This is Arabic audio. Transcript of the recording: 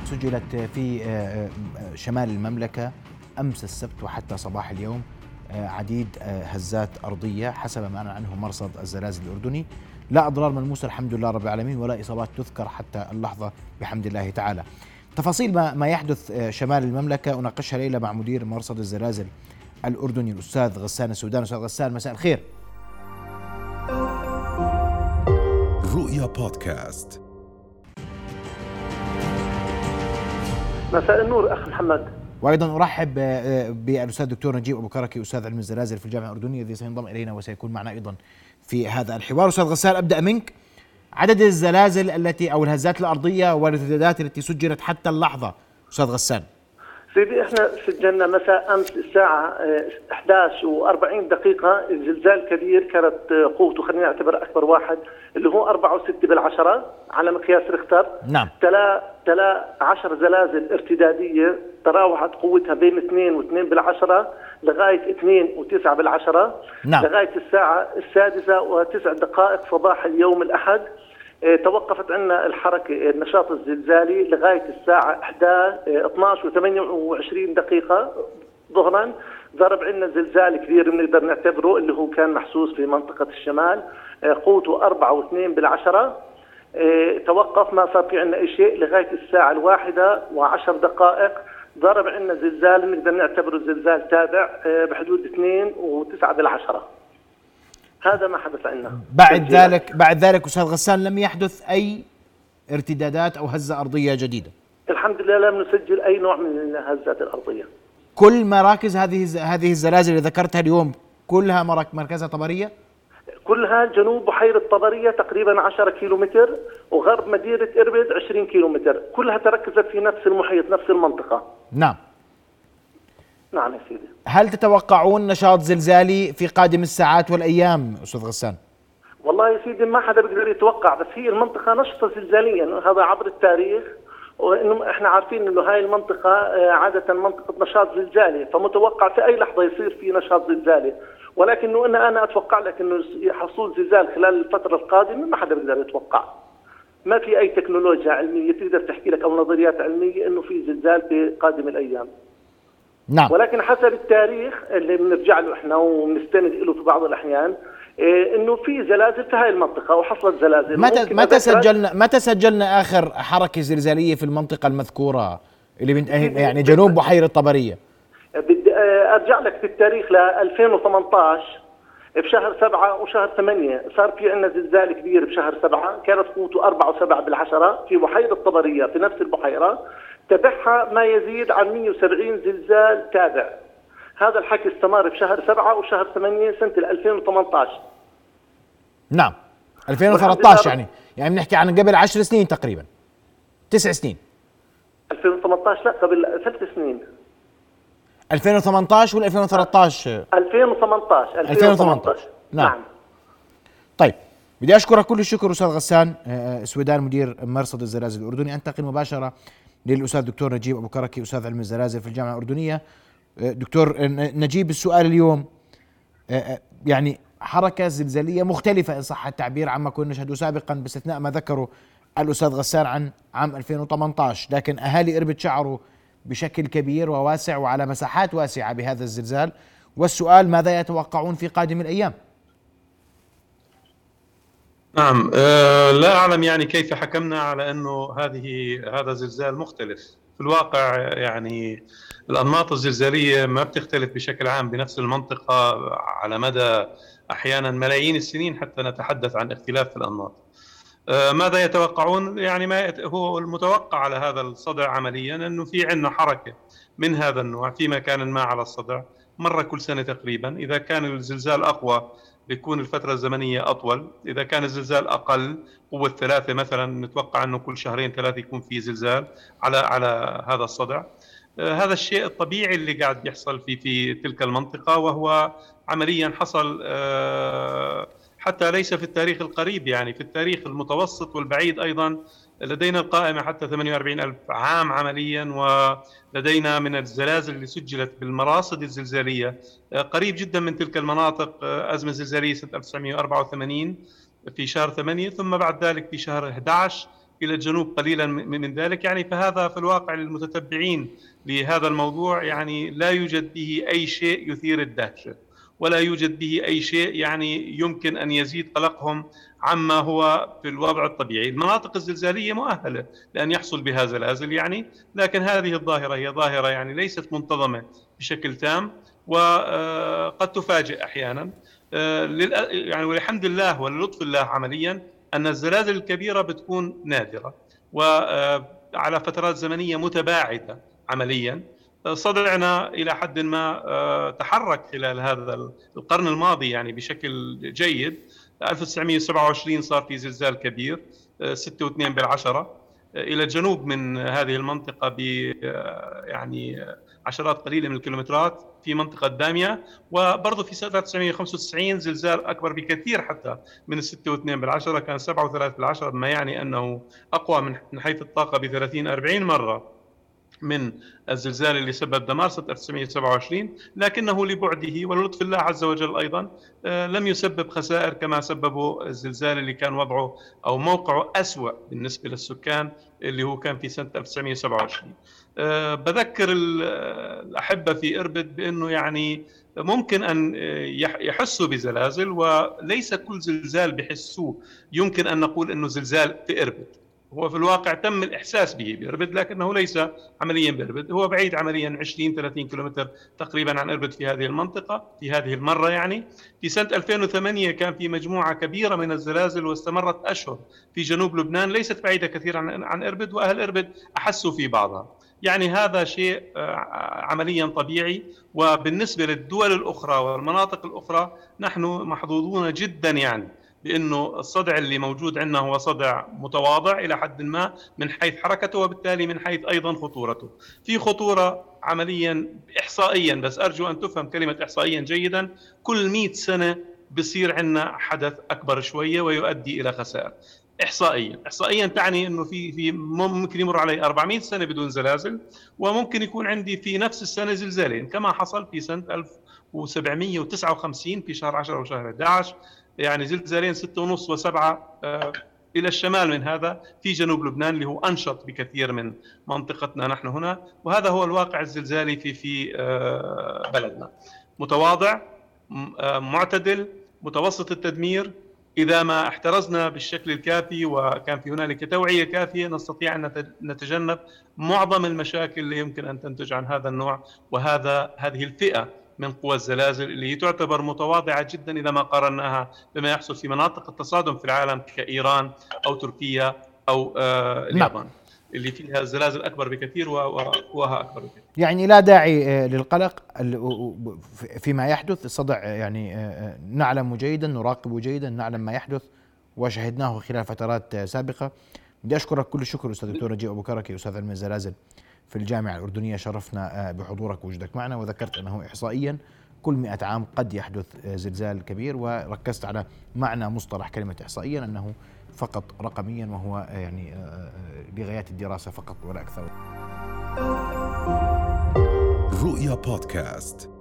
سجلت في شمال المملكة أمس السبت وحتى صباح اليوم عديد هزات أرضية حسب ما أعلن عنه مرصد الزلازل الأردني. لا أضرار ملموسة الحمد لله رب العالمين، ولا إصابات تذكر حتى اللحظة بحمد الله تعالى. تفاصيل ما يحدث شمال المملكة أناقشها ليلة مع مدير مرصد الزلازل الأردني الأستاذ غسان السوداني. أستاذ غسان، مساء الخير. رؤيا بودكاست. مساء النور أخي محمد. وأيضا أرحب بالأستاذ الدكتور نجيب أبو كركي، أستاذ علم الزلازل في الجامعة الأردنية، الذي سينضم إلينا وسيكون معنا أيضا في هذا الحوار. أستاذ غسان، أبدأ منك. عدد الزلازل التي أو الهزات الأرضية والارتدادات التي سجلت حتى اللحظة أستاذ غسان. سيدي، احنا سجلنا مساء امس الساعه 11:40 زلزال كبير كانت قوته، خلينا نعتبر اكبر واحد، اللي هو 4.6 على مقياس ريختر. نعم. تلا 10 زلازل ارتداديه تراوحت قوتها بين 2 و2 لغايه 2 و9. نعم. لغايه الساعه 6:09 صباح اليوم الاحد توقفت عنا الحركة النشاط الزلزالي لغاية الساعة 12:28 ظهرا. ضرب عنا زلزال كبير بنقدر نعتبره، اللي هو كان محسوس في منطقة الشمال، قوته 4.2. توقف، ما صار في عنا أي شيء لغاية الساعة 1:10. ضرب عنا زلزال نقدر نعتبره زلزال تابع بحدود 2.9. هذا ما حدث عنا. بعد ذلك أستاذ غسان لم يحدث أي ارتدادات أو هزة أرضية جديدة؟ الحمد لله لم نسجل أي نوع من الهزات الأرضية. كل مراكز هذه الزلازل اللي ذكرتها اليوم كلها مركزها طبرية؟ كلها جنوب بحيرة طبرية تقريبا 10 كيلومتر، وغرب مدينة إربد 20 كيلومتر، كلها تركزت في نفس المحيط، نفس المنطقة. نعم. نعم يا سيدي. هل تتوقعون نشاط زلزالي في قادم الساعات والأيام أستاذ غسان؟ والله يا سيدي ما حدا بيقدر يتوقع، بس هي المنطقة نشطة زلزاليا، هذا عبر التاريخ، وإنه إحنا عارفين إنه هاي المنطقة عادة منطقة نشاط زلزالي، فمتوقع في أي لحظة يصير في نشاط زلزالي، ولكن أنا أتوقع لك إنه حصول زلزال خلال الفترة القادمة ما حدا بيقدر يتوقع. ما في أي تكنولوجيا علمية تقدر تحكي لك أو نظريات علمية إنه في زلزال في قادم الأيام. نعم. ولكن حسب التاريخ اللي بنرجع له احنا وبنستند له في بعض الاحيان انه في زلازل في هاي المنطقه وحصلت زلازل. متى سجلنا اخر حركه زلزاليه في المنطقه المذكوره اللي يعني جنوب بحيره طبريه؟ بدي ارجع لك في التاريخ ل 2018 بشهر 7 وشهر 8 صار في عندنا زلزال كبير بشهر 7، كانت قوته 4.7 في بحيره طبريه، في نفس البحيره تبعها ما يزيد عن 170 زلزال تابع. هذا الحكي استمر بشهر 7 وشهر 8 سنة 2018. نعم. 2013 يعني بنحكي عن قبل 10 سنين تقريبا، 9 سنين. 2018 لا، قبل 3 سنين. 2018 ولا 2013؟ 2018. نعم. طيب، بدي أشكرك كل الشكر أستاذ غسان السوداني مدير مرصد الزلازل الأردني. أنتقل مباشرة للأستاذ الدكتور نجيب أبو كركي، أستاذ علم الزلازل في الجامعة الأردنية. دكتور نجيب، السؤال اليوم يعني حركة زلزالية مختلفة إن صح التعبير عما كنا نشهده سابقا، باستثناء ما ذكره الأستاذ غسان عن عام 2018، لكن أهالي إربد شعروا بشكل كبير وواسع وعلى مساحات واسعة بهذا الزلزال. والسؤال ماذا يتوقعون في قادم الأيام؟ نعم. لا أعلم يعني كيف حكمنا على أنه هذا زلزال مختلف. في الواقع يعني الأنماط الزلزالية ما بتختلف بشكل عام بنفس المنطقة على مدى أحيانا ملايين السنين حتى نتحدث عن اختلاف في الأنماط. ماذا يتوقعون؟ يعني ما هو المتوقع على هذا الصدع عمليا أنه في عندنا حركة من هذا النوع في مكان ما على الصدع مرة كل سنة تقريبا. إذا كان الزلزال أقوى بيكون الفترة الزمنية أطول، إذا كان الزلزال أقل قوة 3 مثلا نتوقع أنه كل 2-3 يكون في زلزال على هذا الصدع. هذا الشيء الطبيعي اللي قاعد يحصل في تلك المنطقة، وهو عمليا حصل حتى ليس في التاريخ القريب، يعني في التاريخ المتوسط والبعيد أيضا. لدينا القائمة حتى 48,000 عام عمليا، ولدينا من الزلازل اللي سجلت بالمراصد الزلزالية قريب جدا من تلك المناطق أزمة زلزالية سنة 1984 في شهر 8، ثم بعد ذلك في شهر 11 إلى الجنوب قليلا من ذلك يعني. فهذا في الواقع للمتتبعين لهذا الموضوع يعني لا يوجد به أي شيء يثير الدهشة، ولا يوجد به أي شيء يعني يمكن أن يزيد قلقهم عما هو في الوضع الطبيعي. المناطق الزلزالية مؤهلة لأن يحصل بها زلازل يعني، لكن هذه الظاهرة هي ظاهرة يعني ليست منتظمة بشكل تام، وقد تفاجئ أحيانا يعني. والحمد لله وللطف الله عمليا أن الزلازل الكبيرة بتكون نادرة وعلى فترات زمنية متباعدة عمليا. صدعنا إلى حد ما تحرك خلال هذا القرن الماضي يعني بشكل جيد. 1927 صار في زلزال كبير 6.2 إلى الجنوب من هذه المنطقة يعني عشرات قليلة من الكيلومترات في منطقة دامية. وبرضه في سنة 1995 زلزال أكبر بكثير حتى من 6.2 كان 7.3، ما يعني أنه أقوى من حيث الطاقة ب30-40 مرة من الزلزال اللي سبب دمار سنة 1927، لكنه لبعده ولطف الله عز وجل أيضا لم يسبب خسائر كما سببه الزلزال اللي كان وضعه أو موقعه أسوأ بالنسبة للسكان اللي هو كان في سنة 1927. بذكر الأحبة في إربد بأنه يعني ممكن أن يحسوا بزلازل، وليس كل زلزال بحسوه يمكن أن نقول أنه زلزال في إربد. هو في الواقع تم الإحساس به بإربد لكنه ليس عمليا بإربد، هو بعيد عمليا 20-30 كيلومتر تقريبا عن إربد في هذه المنطقة في هذه المرة يعني. في سنة 2008 كان في مجموعة كبيرة من الزلازل واستمرت أشهر في جنوب لبنان، ليست بعيدة كثيرا عن إربد، وأهل إربد أحسوا في بعضها يعني. هذا شيء عمليا طبيعي. وبالنسبة للدول الأخرى والمناطق الأخرى نحن محظوظون جدا يعني بأنه الصدع اللي موجود عندنا هو صدع متواضع إلى حد ما من حيث حركته، وبالتالي من حيث أيضا خطورته. في خطورة عمليا إحصائيا، بس أرجو أن تفهم كلمة إحصائيا جيدا، كل 100 سنة بصير عندنا حدث أكبر شوية ويؤدي إلى خسائر. إحصائيا تعني أنه في ممكن يمر علي 400 سنة بدون زلازل، وممكن يكون عندي في نفس السنة زلزالين كما حصل في سنة 1759 في شهر 10 وشهر 11 يعني زلزالين 6.5 و7 إلى الشمال من هذا في جنوب لبنان اللي هو أنشط بكثير من منطقتنا نحن هنا. وهذا هو الواقع الزلزالي في بلدنا، متواضع معتدل متوسط التدمير. إذا ما احترزنا بالشكل الكافي وكان في هنالك توعية كافية نستطيع أن نتجنب معظم المشاكل اللي يمكن أن تنتج عن هذا النوع هذه الفئة من قوى الزلازل اللي تعتبر متواضعة جدا إذا ما قارناها بما يحصل في مناطق التصادم في العالم كإيران أو تركيا أو اليابان اللي فيها الزلازل أكبر بكثير وقواها أكبر بكثير. يعني لا داعي للقلق فيما يحدث. الصدع يعني نعلم جيدا، نراقبه جيدا، نعلم ما يحدث وشهدناه خلال فترات سابقة. بدي أشكرك كل الشكر أستاذ دكتور نجيب أبو كركي أستاذ علم الزلازل في الجامعة الأردنية. شرفنا بحضورك ووجودك معنا، وذكرت أنه إحصائيا كل 100 عام قد يحدث زلزال كبير، وركزت على معنى مصطلح كلمة إحصائيا أنه فقط رقميا، وهو يعني لغايات الدراسة فقط ولا أكثر. رؤيا بودكاست.